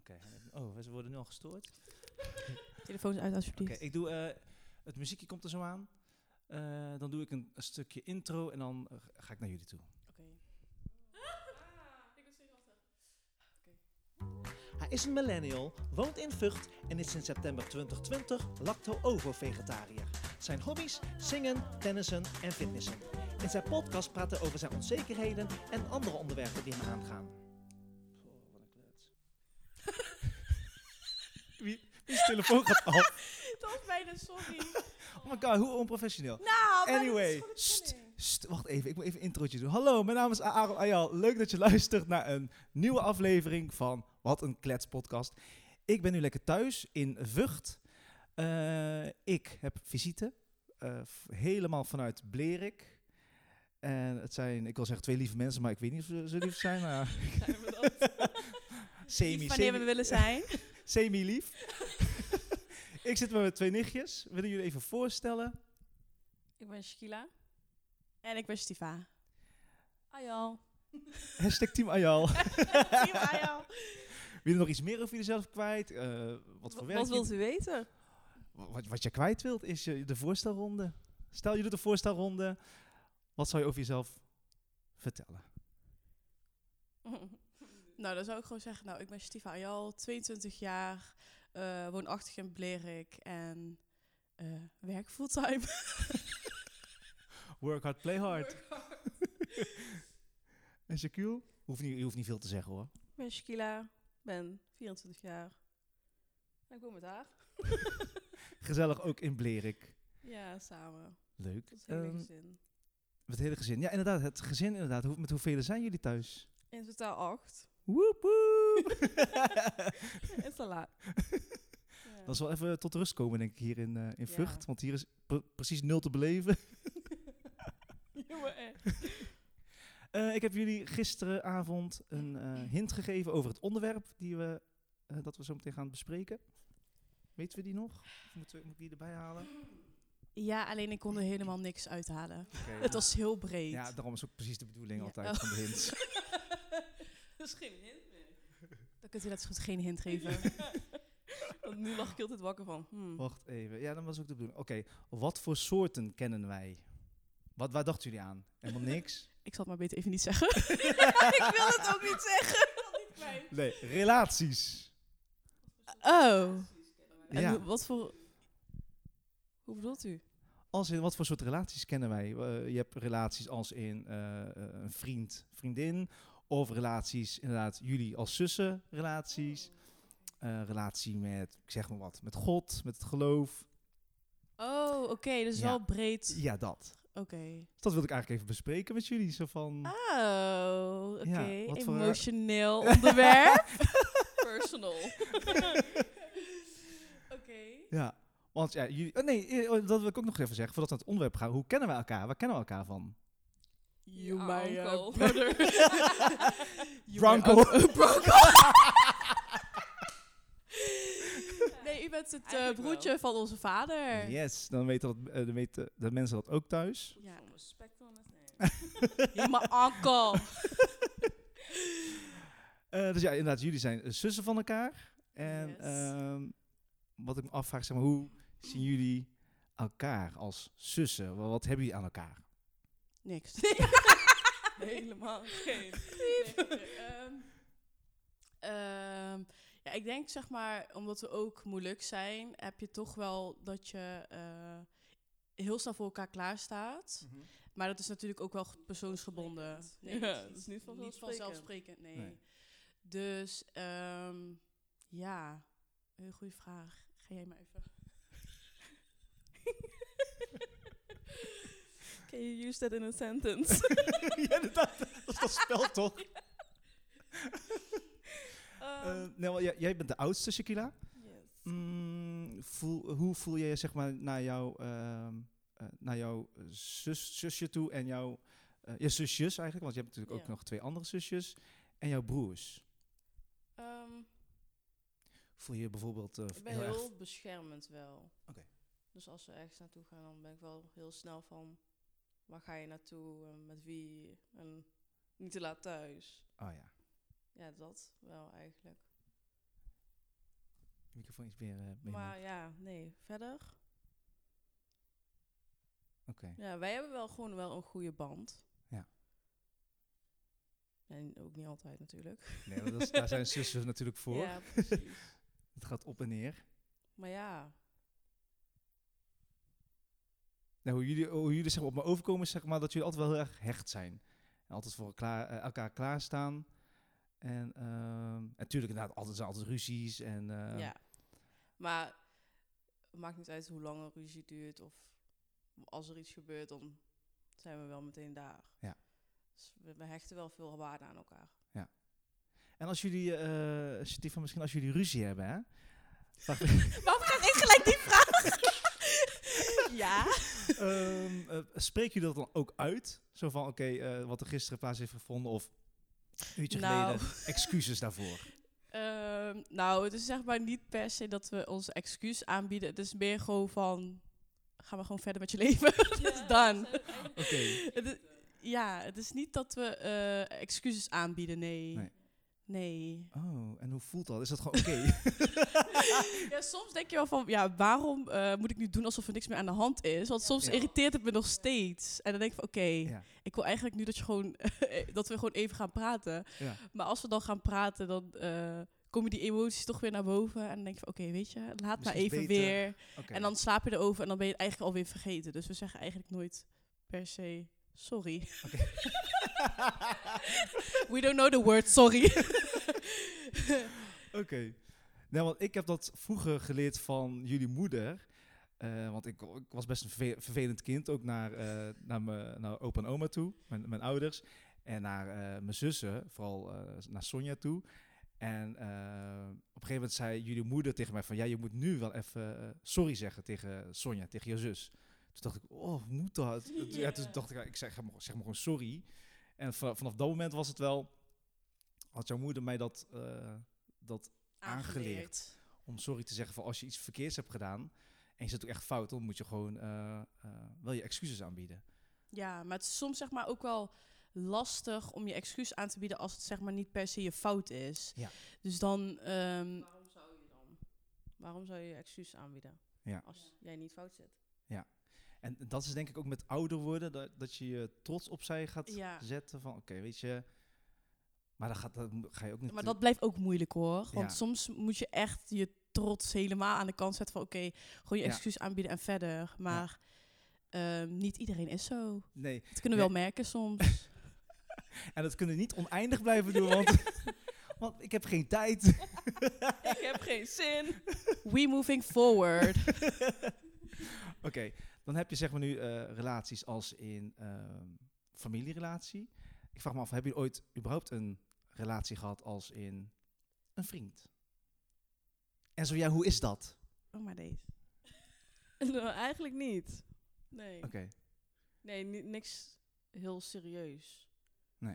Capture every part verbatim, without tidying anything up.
Oké. Okay. Oh, we worden nu al gestoord. Telefoons uit, alsjeblieft. Oké, okay, ik doe... Uh, het muziekje komt er zo aan. Uh, dan doe ik een, een stukje intro en dan uh, ga ik naar jullie toe. Oké. Okay. Ah, ik ben zenuwachtig. Okay. Hij is een millennial, woont in Vught en is sinds september twintig twintig lacto-ovo-vegetariër. Zijn hobby's? Zingen, tennissen en fitnessen. In zijn podcast praat hij over zijn onzekerheden en andere onderwerpen die hem aangaan. Oh, wat een klets. Wie, wie's telefoon gaat af? Dat was bijna sorry. Oh my god, hoe onprofessioneel. Nou, anyway, st, st, wacht even, ik moet even een introotje doen. Hallo, mijn naam is Aaron Ayal. Leuk dat je luistert naar een nieuwe aflevering van Wat een Klets podcast. Ik ben nu lekker thuis in Vught. Uh, ik heb visite, uh, f- helemaal vanuit Blerik. En het zijn, ik wil zeggen twee lieve mensen, maar ik weet niet of ze, ze lief zijn. Maar zijn we dat? semi, wanneer semi, we willen zijn. Semi-lief. Ik zit met mijn twee nichtjes. Willen jullie even voorstellen? Ik ben Shakila. En ik ben Stiva. Ayal. Hashtag Team Ayal. Team Ayal. Wil je nog iets meer over jezelf kwijt? Uh, wat voor w- werk Wat je... wilt u weten? Wat, wat je kwijt wilt, is je, de voorstelronde. Stel, je doet de voorstelronde. Wat zou je over jezelf vertellen? Nou, dan zou ik gewoon zeggen, nou, ik ben Stiva Ayal, tweeëntwintig jaar, uh, woonachtig in Blerik en uh, werk fulltime. Work hard, play hard. Work hard. En Shaquille? Hoeft niet, je hoeft niet veel te zeggen hoor. Ik ben Shakila, ben vierentwintig jaar en ik woon met haar. Gezellig ook in Blerik. Ja, samen. Leuk. Het hele um, gezin. Met het hele gezin. Ja, inderdaad, het gezin inderdaad. Hoe, met hoeveel zijn jullie thuis? In totaal acht. Woep woep! Is te laat. Ja. Dat is wel even tot rust komen, denk ik, hier in, uh, in Ja. Vught. Want hier is pre- precies nul te beleven. Jongen, echt. uh, ik heb jullie gisteravond een uh, hint gegeven over het onderwerp die we, uh, dat we zo meteen gaan bespreken. Weten we die nog? Of moeten we, moet ik die erbij halen? Ja, alleen ik kon er helemaal niks uithalen. Okay. Het was heel breed. Ja, daarom is ook precies de bedoeling Ja. altijd Oh. van de hints. Dat is geen hint meer. Dan kunt u net zo goed geen hint geven. Want nu lag ik altijd wakker van. Hmm. Wacht even. Ja, dat was ook de bedoeling. Oké, okay. Wat voor soorten kennen wij? Wat, waar dachten jullie aan? Helemaal niks? Ik zal het maar beter even niet zeggen. Ik wil het ook niet zeggen. Nee, relaties. Oh. En Ja. hoe, wat voor... Hoe bedoelt u? Als in, wat voor soort relaties kennen wij? Uh, je hebt relaties als in uh, een vriend, vriendin. Of relaties, inderdaad, jullie als zussen relaties. Uh, relatie met, ik zeg maar wat, met God, met het geloof. Oh, oké. Okay, dus ja. wel breed. Ja, dat. Oké. Okay. Dus dat wil ik eigenlijk even bespreken met jullie. Zo van... Oh, oké. Okay. Ja, emotioneel voor... onderwerp. Personal. Oké. Okay. Ja. Want ja, jullie... Oh nee, oh, dat wil ik ook nog even zeggen, voordat we naar het onderwerp gaan. Hoe kennen we elkaar? Waar kennen we elkaar van? You, my uh, brother. Bronco. Bronco. Nee, u bent het uh, broertje wel. Van onze vader. Yes, dan weten, dat, uh, dan weten de mensen dat ook thuis. Ja. Respect on it. You're my uncle. uh, dus ja, inderdaad, jullie zijn zussen van elkaar. En Yes. uh, wat ik me afvraag, zeg maar, hoe zien jullie elkaar als zussen? Wat hebben jullie aan elkaar? Niks. Helemaal geen. um, um, ja, ik denk zeg maar, omdat we ook moeilijk zijn, heb je toch wel dat je uh, heel snel voor elkaar klaar staat. Mm-hmm. Maar dat is natuurlijk ook wel persoonsgebonden. Nee, ja, dat is niet vanzelfsprekend. Niet vanzelfsprekend, nee. nee. Dus um, ja, een goede vraag. Ga jij maar even. Can you use that in a sentence? Ja, dat, dat is dat spel toch? Ja. um, uh, nee, jij, jij bent de oudste, Shakila. Yes. Mm, voel, hoe voel jij je zeg maar naar jouw, uh, uh, naar jouw zus, zusje toe en jouw uh, je zusjes eigenlijk? Want je hebt natuurlijk ook yeah. nog twee andere zusjes en jouw broers. Um, voel je je bijvoorbeeld uh, ik ben heel, heel erg beschermend wel. Oké. Okay. Dus als we ergens naartoe gaan, dan ben ik wel heel snel van... Waar ga je naartoe? Uh, met wie? En niet te laat thuis. Oh ja. Ja, dat wel eigenlijk. microfoon iets meer... Uh, mee Maar ja, nee, verder. Oké. Okay. Ja, wij hebben wel gewoon wel een goede band. Ja. En ook niet altijd natuurlijk. Nee, maar dat is, daar zijn zussen natuurlijk voor. Ja, precies. Het gaat op en neer. Maar ja... Nou, hoe jullie, hoe jullie zeg maar, op me overkomen is zeg maar, dat jullie altijd wel heel erg hecht zijn. En altijd voor klaar, uh, elkaar klaarstaan. En uh, natuurlijk inderdaad altijd zijn altijd ruzies. En, uh, ja, maar het maakt niet uit hoe lang een ruzie duurt. Of als er iets gebeurt, dan zijn we wel meteen daar. Ja. Dus we, we hechten wel veel waarde aan elkaar. Ja. En als jullie, uh, Stefan, misschien als jullie ruzie hebben, hè? Waarom krijg ik gelijk die vraag? Ja. um, uh, spreek je dat dan ook uit? Zo van, oké, okay, uh, wat er gisteren plaats heeft gevonden of een uurtje nou. geleden, excuses daarvoor? Um, nou, het is zeg maar niet per se dat we onze excuus aanbieden. Het is meer gewoon van, gaan we gewoon verder met je leven. Dat is dan. Oké. Okay. Ja, het is niet dat we uh, excuses aanbieden, nee. nee. Nee. Oh, en hoe voelt dat? Is dat gewoon oké? Okay? Ja, soms denk je wel van, ja, waarom uh, moet ik nu doen alsof er niks meer aan de hand is? Want soms ja. irriteert het me nog steeds. En dan denk ik van, oké, okay, ja. ik wil eigenlijk nu dat, je gewoon dat we gewoon even gaan praten. Ja. Maar als we dan gaan praten, dan uh, komen die emoties toch weer naar boven. En dan denk je van, oké, okay, weet je, laat maar even beter. weer. Okay. En dan slaap je erover en dan ben je het eigenlijk alweer vergeten. Dus we zeggen eigenlijk nooit per se... Sorry. Okay. We don't know the word sorry. Oké. Okay. Nou, want ik heb dat vroeger geleerd van jullie moeder. Uh, want ik, ik was best een verve- vervelend kind. Ook naar, uh, naar mijn naar opa en oma toe. Mijn, mijn ouders. En naar uh, mijn zussen. Vooral uh, naar Sonja toe. En uh, op een gegeven moment zei jullie moeder tegen mij van... Ja, je moet nu wel even uh, sorry zeggen tegen Sonja, tegen je zus. Toen dacht ik, oh, moet dat? Yeah. Ja, toen dacht ik, ik zeg, zeg maar gewoon sorry. En v- vanaf dat moment was het wel... Had jouw moeder mij dat, uh, dat aangeleerd. aangeleerd. Om sorry te zeggen van als je iets verkeerds hebt gedaan... en je zit ook echt fout, dan moet je gewoon uh, uh, wel je excuses aanbieden. Ja, maar het is soms zeg maar ook wel lastig om je excuus aan te bieden... als het zeg maar niet per se je fout is. Ja. Dus dan... Um, waarom zou je dan? Waarom zou je je excuus aanbieden? Ja. Als jij niet fout zit. Ja. En dat is denk ik ook met ouder worden, dat, dat je je trots opzij gaat ja. zetten van, oké, okay, weet je, maar dan, gaat, dan ga je ook niet... Maar dat blijft ook moeilijk hoor, want ja. soms moet je echt je trots helemaal aan de kant zetten van, oké, okay, gewoon je ja. excuus aanbieden en verder, maar ja. um, niet iedereen is zo. Nee. Dat kunnen we nee. wel merken soms. En dat kunnen we niet oneindig blijven doen, want, want ik heb geen tijd. Ik heb geen zin. We moving forward. Oké. Okay. Dan heb je zeg maar nu uh, relaties als in uh, familierelatie. Ik vraag me af, heb je ooit überhaupt een relatie gehad als in een vriend? En zo ja, hoe is dat? Oh maar deze. No, eigenlijk niet. Nee. Oké. Okay. Nee, n- niks heel serieus. Nee.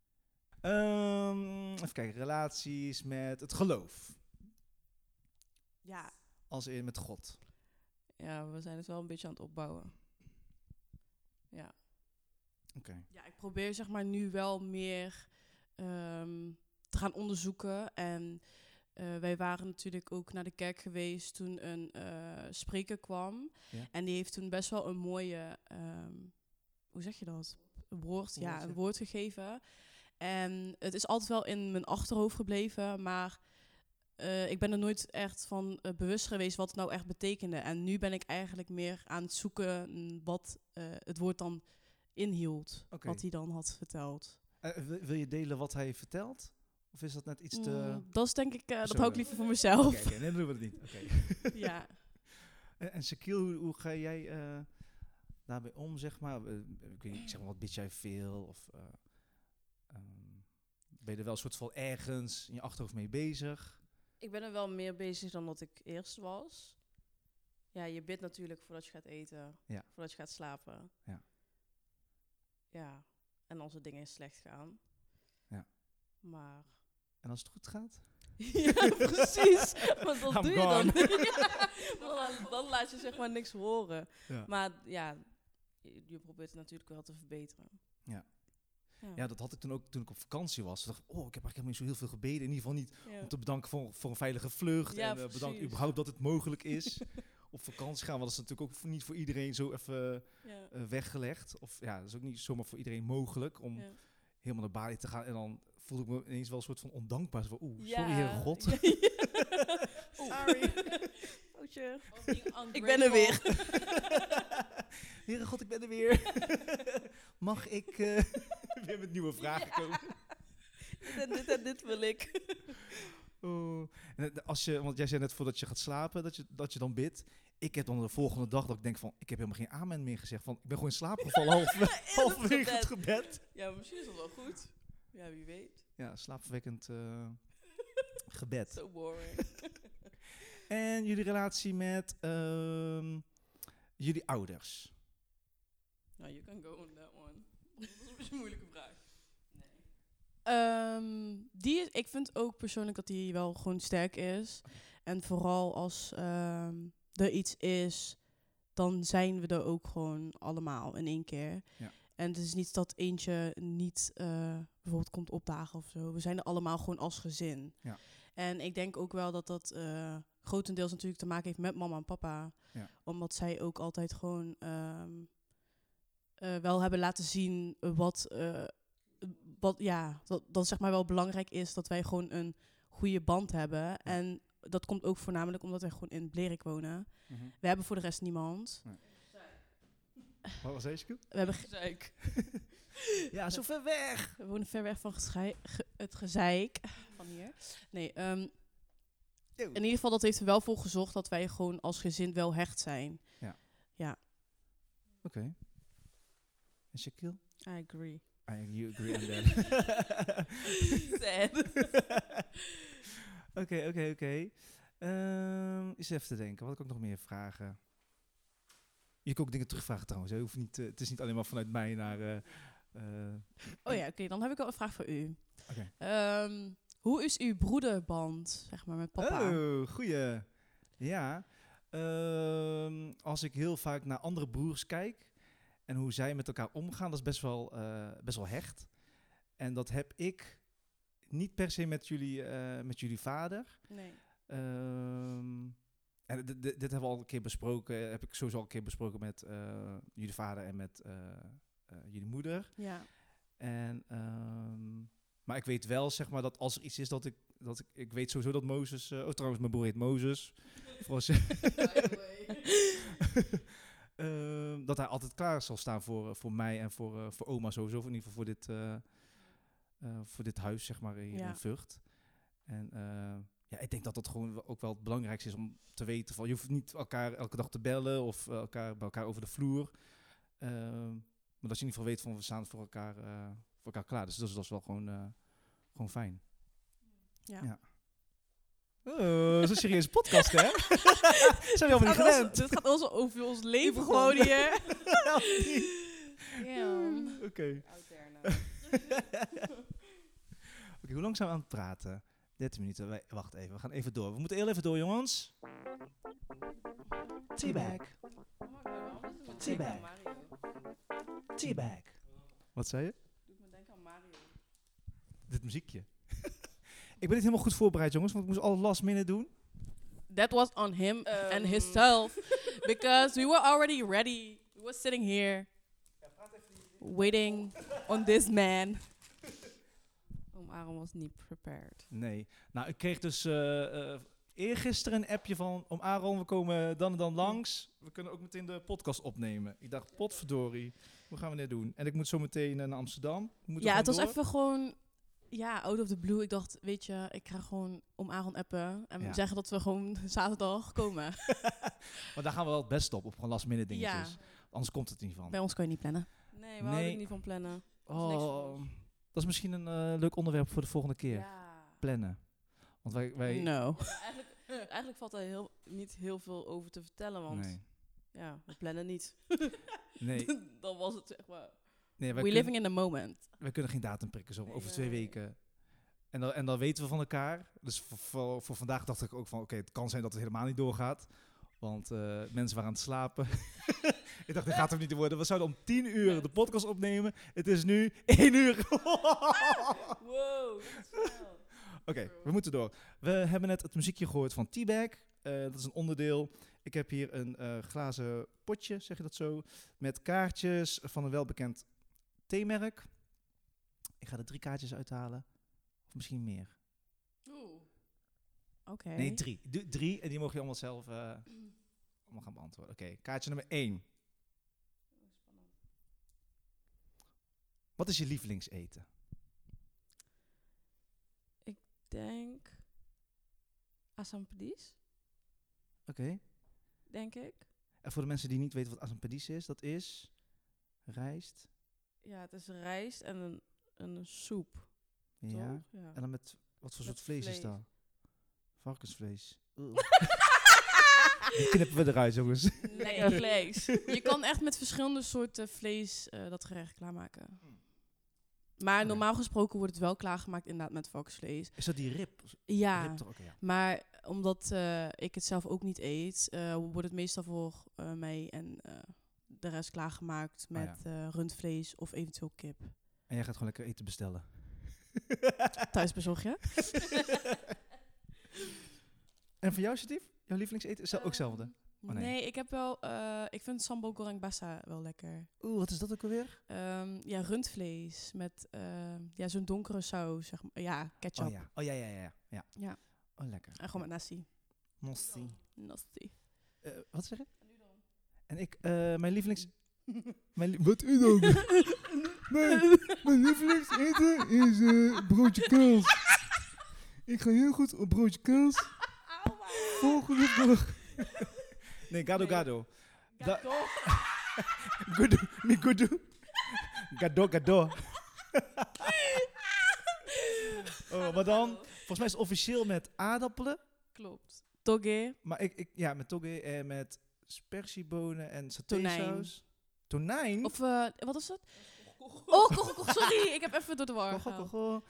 Um, even kijken, relaties met het geloof. Ja. Als in met God. Ja, we zijn het wel een beetje aan het opbouwen. Ja. Oké. Okay. Ja, ik probeer zeg maar nu wel meer um, te gaan onderzoeken. En uh, wij waren natuurlijk ook naar de kerk geweest toen een uh, spreker kwam. Ja. En die heeft toen best wel een mooie, um, hoe zeg je dat? Een woord, ja, ja, een woord gegeven. En het is altijd wel in mijn achterhoofd gebleven, maar... Uh, ik ben er nooit echt van uh, bewust geweest wat het nou echt betekende. En nu ben ik eigenlijk meer aan het zoeken wat uh, het woord dan inhield. Okay. Wat hij dan had verteld. Uh, wil, wil je delen wat hij vertelt? Of is dat net iets te... Mm, dat is denk ik, uh, dat hou ik liever voor mezelf. Oké, okay, okay, nee, dan doen we het niet. Okay. Ja. En, en Shaquille, hoe, hoe ga jij uh, daarbij om, zeg maar? Uh, ik weet niet, zeg maar, wat bid jij veel? Of uh, um, ben je er wel een soort van ergens in je achterhoofd mee bezig? Ik ben er wel meer bezig dan dat ik eerst was. Ja, je bidt natuurlijk voordat je gaat eten. Ja. Voordat je gaat slapen. Ja. Ja. En als er dingen slecht gaan. Ja. Maar... En als het goed gaat? Ja, precies. Want wat I'm doe gone. je dan? Ja, dan? Dan laat je zeg maar niks horen. Ja. Maar ja, je, je probeert het natuurlijk wel te verbeteren. Ja. Ja. Ja, dat had ik toen ook toen ik op vakantie was. Toen dacht ik, oh, ik heb eigenlijk helemaal niet zo heel veel gebeden. In ieder geval niet Ja. om te bedanken voor, voor een veilige vlucht. Ja, en uh, bedankt precies. überhaupt dat het mogelijk is op vakantie gaan. Want dat is natuurlijk ook voor- niet voor iedereen zo even Ja. uh, weggelegd. Of ja, dat is ook niet zomaar voor iedereen mogelijk om Ja. helemaal naar Bali te gaan. En dan voelde ik me ineens wel een soort van ondankbaar. Zo van, oeh, Ja. sorry Heere God. Ja. Sorry. Foutje. Ik Ik ben er weer. Heere God, ik ben er weer. Mag ik uh, weer met nieuwe vragen Ja. komen? dit en dit en dit wil ik. Oh. En het- als je, want jij zei net voordat je gaat slapen, dat je, dat je dan bidt. Ik heb dan de volgende dag dat ik denk van, ik heb helemaal geen amen meer gezegd. Van, ik ben gewoon in slaap gevallen half, halverwege het gebed. Ja, misschien is dat wel goed. Ja, wie weet. Ja, slaapverwekkend uh, gebed. So boring. En jullie relatie met ehm, jullie ouders. Nou, you can go on that one. Dat is een beetje een moeilijke vraag. Nee. Ehm, die is, ik vind ook persoonlijk dat die wel gewoon sterk is. En vooral als ehm, er iets is, dan zijn we er ook gewoon allemaal in één keer. Ja. En het is niet dat eentje niet uh, bijvoorbeeld komt opdagen of zo. We zijn er allemaal gewoon als gezin. Ja. En ik denk ook wel dat dat uh, grotendeels natuurlijk te maken heeft met mama en papa. Ja. Omdat zij ook altijd gewoon um, uh, wel hebben laten zien wat... Uh, wat ja, dat, dat zeg maar wel belangrijk is dat wij gewoon een goede band hebben. Ja. En dat komt ook voornamelijk omdat wij gewoon in Blerik wonen. Mm-hmm. We hebben voor de rest niemand. Nee. Wat was deze? We hebben ge- Zeik. Ja, zo ver weg. We wonen ver weg van geschei- ge- het gezeik van hier. Nee, um, in ieder geval dat heeft er wel voor gezorgd dat wij gewoon als gezin wel hecht zijn. Ja. Ja. Oké. Okay. En Shaquille? I agree. I, you agree on that. Sad. Oké, oké, oké. Eens even te denken. Wat kan ik nog meer vragen? Je kan ook dingen terugvragen trouwens. Hè. Hoeft niet, uh, het is niet alleen maar vanuit mij naar... Uh, uh, oh ja, oké. Okay, dan heb ik wel een vraag voor u. Okay. Um, hoe is uw broederband, zeg maar, met papa? Oh, goeie. Ja. Um, als ik heel vaak naar andere broers kijk... en hoe zij met elkaar omgaan, dat is best wel, uh, best wel hecht. En dat heb ik niet per se met jullie, uh, met jullie vader. Nee. Um, en dit, dit hebben we al een keer besproken. Heb ik sowieso al een keer besproken met uh, jullie vader en met uh, uh, jullie moeder. Ja. En, um, maar ik weet wel, zeg maar, dat als er iets is dat ik... dat ik, ik weet sowieso dat Mozes... Uh, oh, trouwens, mijn broer heet Mozes. Uh, dat hij altijd klaar zal staan voor, uh, voor mij en voor, uh, voor oma sowieso. In ieder geval voor dit, uh, uh, voor dit huis, zeg maar, hier ja. in Vught. En uh, ja, ik denk dat dat gewoon ook wel het belangrijkste is om te weten van... Je hoeft niet elkaar elke dag te bellen of uh, elkaar bij elkaar over de vloer. Uh, maar dat je in ieder geval weet van we staan voor elkaar, uh, voor elkaar klaar. Dus dat is, dat is wel gewoon, uh, gewoon fijn. Ja. ja. Oh, dat is een serieuze podcast, hè? Zijn we helemaal niet gewend. Het gaat also over ons leven gewoon hier. Oké. Okay. okay, hoe lang zijn we aan het praten? dertien minuten. Wij, wacht even, we gaan even door. We moeten heel even door, jongens. Teabag. Teabag. Teabag. Wat zei je? Doe me denken aan Mario. Dit muziekje. Ik ben niet helemaal goed voorbereid, jongens, want ik moest alles last minute doen. That was on him um. and himself. Because we were already ready. We were sitting here. Waiting on this man. Oom Aaron was niet prepared. Nee. Nou, ik kreeg dus uh, uh, eergisteren een appje van... Oom Aaron, we komen dan en dan langs. We kunnen ook meteen de podcast opnemen. Ik dacht, potverdorie, hoe gaan we dit doen? En ik moet zo meteen uh, naar Amsterdam. Ja, het was door. even gewoon... Ja, out of the blue. Ik dacht, weet je, ik ga gewoon Oom Aaron appen. En ja. zeggen dat we gewoon zaterdag komen. Maar daar gaan we wel het beste op, op gewoon last minute dingetjes. Ja. Anders komt het niet van. Bij ons kan je niet plannen. Nee, we nee. houden niet van plannen. Oh, dat is misschien een uh, leuk onderwerp voor de volgende keer. Ja. Plannen. Want wij... wij no. Ja, eigenlijk, eigenlijk valt er heel, niet heel veel over te vertellen, want nee. ja, we plannen niet. Nee. Dan was het zeg maar... Nee, We're living in the moment. We kunnen geen datum prikken zo over nee. twee weken. En dan, en dan weten we van elkaar. Dus voor, voor, voor vandaag dacht ik ook van, oké, okay, het kan zijn dat het helemaal niet doorgaat. Want uh, mensen waren aan het slapen. Ik dacht, dit gaat hem niet worden. We zouden om tien uur de podcast opnemen. Het is nu één uur. Wow, dat is snel. Oké, okay, we moeten door. We hebben net het muziekje gehoord van T-Bag. Uh, dat is een onderdeel. Ik heb hier een uh, glazen potje, zeg je dat zo, met kaartjes van een welbekend theemerk. Ik ga er drie kaartjes uithalen. Of misschien meer. Oeh. Oké. Okay. Nee, drie. D- drie en die mogen je allemaal zelf uh, allemaal gaan beantwoorden. Oké, okay, kaartje nummer één. Wat is je lievelingseten? Ik denk asam pedas. Oké. Okay. Denk ik. En voor de mensen die niet weten wat asam pedas is, dat is rijst. Ja, het is rijst en een, een soep. Ja. ja. En dan met wat voor met soort vlees, vlees is dat? Varkensvlees. Die knippen we eruit, jongens. Lekker vlees. Je kan echt met verschillende soorten vlees uh, dat gerecht klaarmaken. Maar okay. normaal gesproken wordt het wel klaargemaakt inderdaad met varkensvlees. Is dat die rib? Ja, rib toch? Okay, ja. Maar omdat uh, ik het zelf ook niet eet, uh, wordt het meestal voor uh, mij en uh, de rest klaargemaakt met oh, ja. uh, rundvlees of eventueel kip. En jij gaat gewoon lekker eten bestellen? Thuisbezorg je? En voor jou, Shatief? Jouw lievelingseten is dat uh, ook hetzelfde? Oh, nee. nee, ik heb wel. Uh, ik vind sambal goreng basa wel lekker. Oeh, wat is dat ook alweer? Um, ja, rundvlees met uh, ja, zo'n donkere saus, zeg maar. Ja, ketchup. Oh ja, oh, ja, ja, ja, ja. ja. Oh, lekker. En gewoon met nasi. Nasi. Nasi. Uh, wat zeg je? En ik, uh, mijn lievelings... mijn li- wat u dan? mijn, mijn lievelingseten is uh, broodje kaas. Ik ga heel goed op broodje kaas. Volgende dag. Nee, gado gado. Gado. Gudu, mi gudu. Gado gado. Oh, maar dan, volgens mij is het officieel met aardappelen. Klopt. Toge. Maar ik, ik ja, met toge en met spersiebonen en satésaus. Tonijn. Of uh, wat is het? Oh, koch, koch, sorry, ik heb even door de war gehaald. Koch,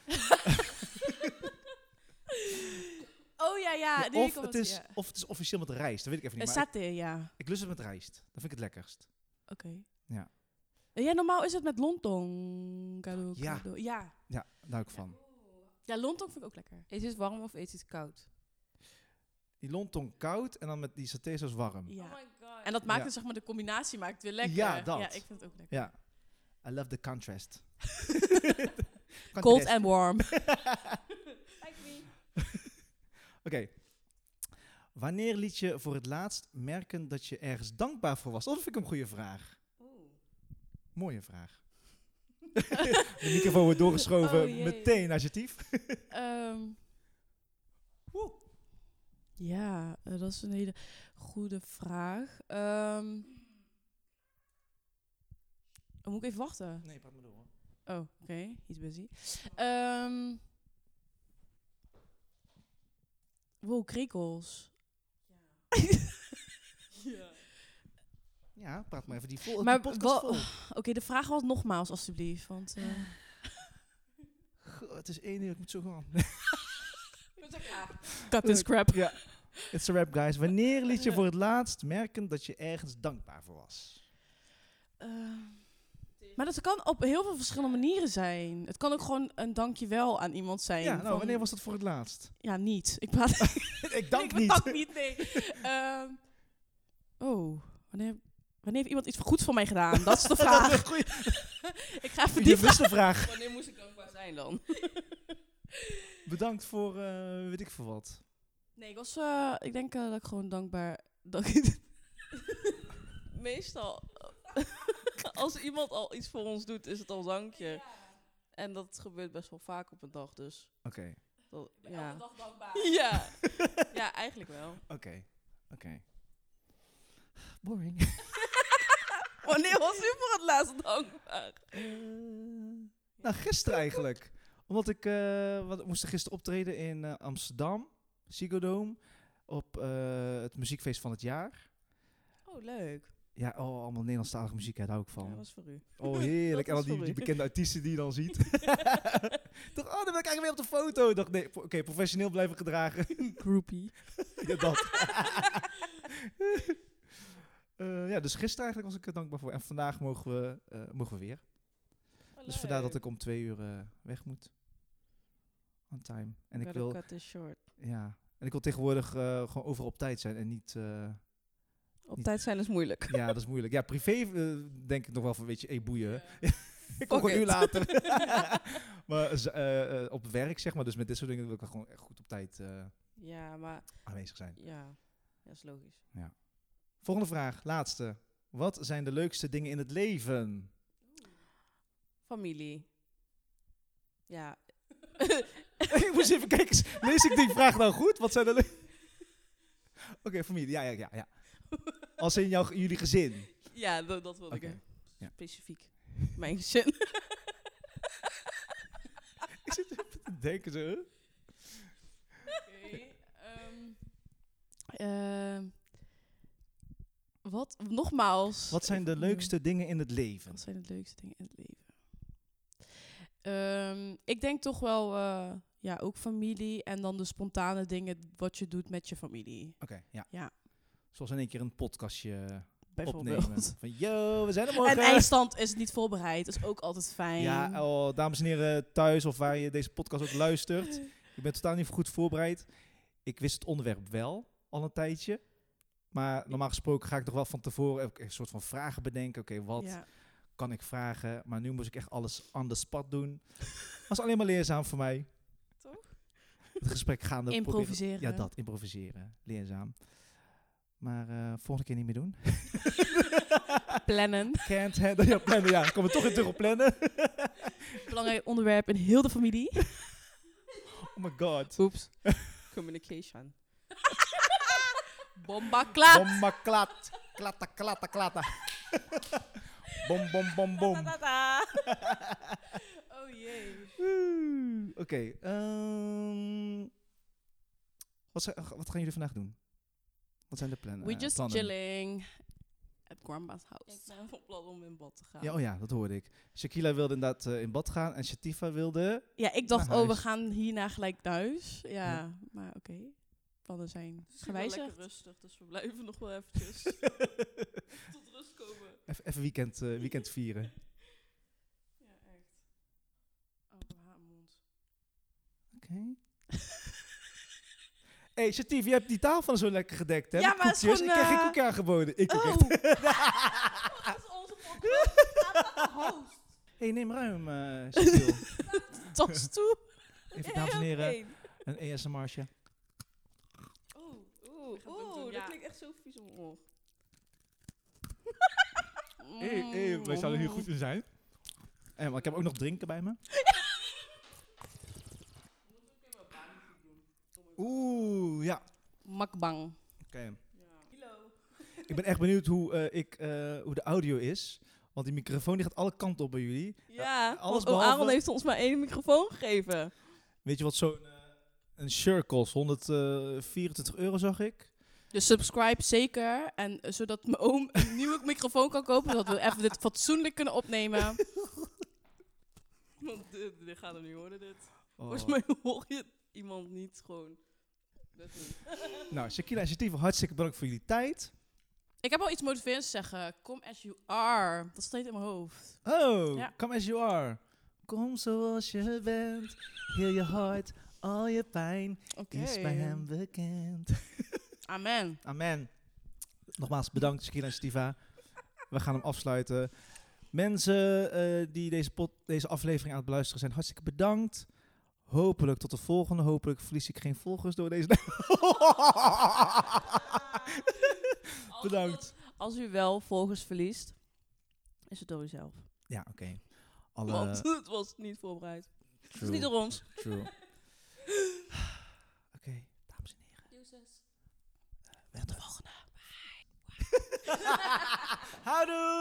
Oh ja, ja. ja of, het is, ja. of het is officieel met rijst, dat weet ik even niet. Uh, saté, ja. Ik lust het met rijst. Dat vind ik het lekkerst. Oké. Okay. Ja. Ja, normaal is het met lontong. Gado, ja. Gado. Ja. Ja, daar hou ik van. Ja, lontong vind ik ook lekker. Eet je het warm of eet je het koud? Die lontong koud en dan met die satésaus warm. Ja. Oh my God. En dat maakt ja. het, zeg maar, de combinatie maakt het weer lekker. Ja, dat. Ja, ik vind het ook lekker. Ja. I love the contrast. Cold and warm. Oké. Okay. Wanneer liet je voor het laatst merken dat je ergens dankbaar voor was? Oh, dat vind ik een goede vraag. Oeh. Mooie vraag. De microfoon wordt doorgeschoven. Oh, meteen adjectief. um, ja, uh, dat is een hele goede vraag. Um, oh, moet ik even wachten? Nee, praat maar door. Oh, oké. Okay. He's busy. Um, wow, krekels. Ja. ja. Ja, praat maar even die vol. Maar die vol. Oké, okay, de vraag was nogmaals, alstublieft. Want, uh... Goh, het is één uur, ik moet zo gaan. Cut this crap. Ja, it's a rap, guys. Wanneer liet je voor het laatst merken dat je ergens dankbaar voor was? Uh, maar dat kan op heel veel verschillende manieren zijn. Het kan ook gewoon een dankjewel aan iemand zijn. Ja, nou, van, wanneer was dat voor het laatst? Ja, niet. Ik praat... ik dank ik niet. dank niet, nee. uh, oh, wanneer... Wanneer heeft iemand iets goeds voor mij gedaan? Dat is de vraag. Ik ga even die vraag. de vraag. Wanneer moest ik dankbaar zijn dan? Bedankt voor, uh, weet ik voor wat. Nee, ik was, uh, ik denk uh, dat ik gewoon dankbaar... Dat ik Meestal, als iemand al iets voor ons doet, is het al dankje. Ja. En dat gebeurt best wel vaak op een dag, dus... Oké. Okay. Ja. Elke dag dankbaar. Ja. Ja, eigenlijk wel. Oké, okay. oké. Okay. Boring. Wanneer was u voor het laatst dankbaar? Uh, nou, gisteren eigenlijk. Omdat ik, uh, wat, moest gisteren optreden in uh, Amsterdam, Ziggo Dome, op uh, het muziekfeest van het jaar. Oh, leuk. Ja, oh, allemaal Nederlandstalige muziek, hè, daar hou ik van. Ja, dat was voor u. Oh, heerlijk. En al die, die bekende artiesten die je dan ziet. Toch, oh, dan ben ik eigenlijk weer op de foto. Ik dacht, nee, oké, okay, professioneel blijven gedragen. Groupie. Ja, dat. Eh, ja, dus gisteren eigenlijk was ik er dankbaar voor. En vandaag mogen we, eh, mogen we weer. Dus vandaar dat ik om twee uur eh, weg moet. On time. En ik Gotta wil, cut this short. ja, en ik wil tegenwoordig eh, gewoon overal op tijd zijn en niet... eh, Op Niet- tijd zijn is moeilijk. ja, dat is moeilijk. Ja, privé eh, denk ik nog wel van, weet je, hey, boeien. Ja. Ik kom gewoon Fuck een uur it. later. maar z- eh, eh, op werk, zeg maar, dus met dit soort dingen wil ik wel gewoon echt goed op tijd eh, Ja, maar aanwezig zijn. ja, dat is logisch. Volgende vraag, laatste. Wat zijn de leukste dingen in het leven? Familie. Ja. Ik moest even kijken, lees ik die vraag nou goed? Wat zijn de leukste... Oké, familie, ja, ja, ja, ja. Als in jouw, jullie gezin. Ja, dat, dat wilde Oké, ik. ja. Specifiek. Mijn gezin. Ik zit even te denken zo. huh? Oké. ehm, ehm, wat? Nogmaals. Wat zijn de Even- leukste dingen in het leven? Wat zijn de leukste dingen in het leven? Ehm, ik denk toch wel, eh, ja, ook familie en dan de spontane dingen wat je doet met je familie. Oké, ja. Ja. Zoals in één keer een podcastje Bijvoorbeeld. opnemen. Van, yo, we zijn er morgen. En eindstand is niet voorbereid, is ook altijd fijn. Ja, oh, dames en heren thuis of waar je deze podcast ook luistert. Ik ben totaal niet goed voorbereid. Ik wist het onderwerp wel al een tijdje. Maar normaal gesproken ga ik toch wel van tevoren ook een soort van vragen bedenken. Oké, wat Ja. kan ik vragen? Maar nu moest ik echt alles on the spot doen. Was alleen maar leerzaam voor mij. Toch? Het gesprek gaande proberen- Improviseren. Ja, dat, improviseren. Leerzaam. Maar eh volgende keer niet meer doen. Plannen. Can't handle. Ja, plannen. Ja, komen we toch weer terug op plannen. Belangrijk onderwerp in heel de familie. Oh my god. Oeps. Communication. Bomba klaar. Bomba klat. Klatta, klatta, klatta. Bom, bom, bom, bom. Oh jee. Oeh, Oké. ehm, wat, zijn- wat gaan jullie vandaag doen? Wat zijn de plannen? We eh, just plannen? chilling at grandma's Ik house. ben van plan om in bad te gaan. Ja, oh ja, dat hoorde ik. Shakila wilde inderdaad eh, in bad gaan en Shatifa wilde... Ja, ik dacht, Naar oh, we huis. gaan hierna gelijk naar huis. Ja, Ja. maar oké. Plannen zijn Het is hier wel lekker gewijzigd. rustig, dus we blijven nog wel eventjes tot rust komen. even, even weekend, eh, weekend vieren. Ja, echt. Oh, haar mond. Oké. hey, Shatifa, je hebt die tafel zo lekker gedekt, hè? Ja, met maar het is koekjes. gewoon, Ik krijg geen eh, koekje aangeboden. Ik ook Oh, echt. Dat is onze podcast. Host. hey, neem ruim, eh Shatil. tas toe. Even, dames en heren, een A S M R'tje. Oeh, oeh, Ik ga het ook oeh, doen, dat ja. klinkt echt zo vies om mijn oor. Hey, hey, wij zouden hier goed in zijn. En, maar ik heb ook nog drinken bij me. Oeh, ja. Makbang. Oké. Ik ben echt benieuwd hoe, eh, ik, eh, hoe de audio is. Want die microfoon die gaat alle kanten op bij jullie. Ja, alles want behalve- Aaron heeft ons maar één microfoon gegeven. Weet je wat zo'n eh, een shirt kost? honderdvierentwintig euro zag ik. Dus subscribe zeker. En eh, zodat mijn oom een nieuwe microfoon kan kopen. Zodat we even dit fatsoenlijk kunnen opnemen. Want dit, dit gaat hem niet horen, dit. Oh. Volgens mij hoor je iemand niet gewoon. Dat niet. Nou, Shakila en Shatifa, hartstikke bedankt voor jullie tijd. Ik heb al iets motiverends te zeggen. Come as you are. Dat staat in mijn hoofd. Oh, Ja. come as you are. Kom zoals je bent. Heel je hart, al je pijn Oké. is bij hem bekend. Amen. Amen. Nogmaals bedankt, Shakila en Shatifa. We gaan hem afsluiten. Mensen eh, die deze, pod, deze aflevering aan het beluisteren zijn, hartstikke bedankt. Hopelijk tot de volgende. Hopelijk verlies ik geen volgers door deze... Bedankt. Als u wel volgers verliest, is het door uzelf. Ja, oké. Alle... Want het was niet voorbereid. Het is True. niet door ons. True. Oké, dames en heren. Tot de volgende. Houdoe!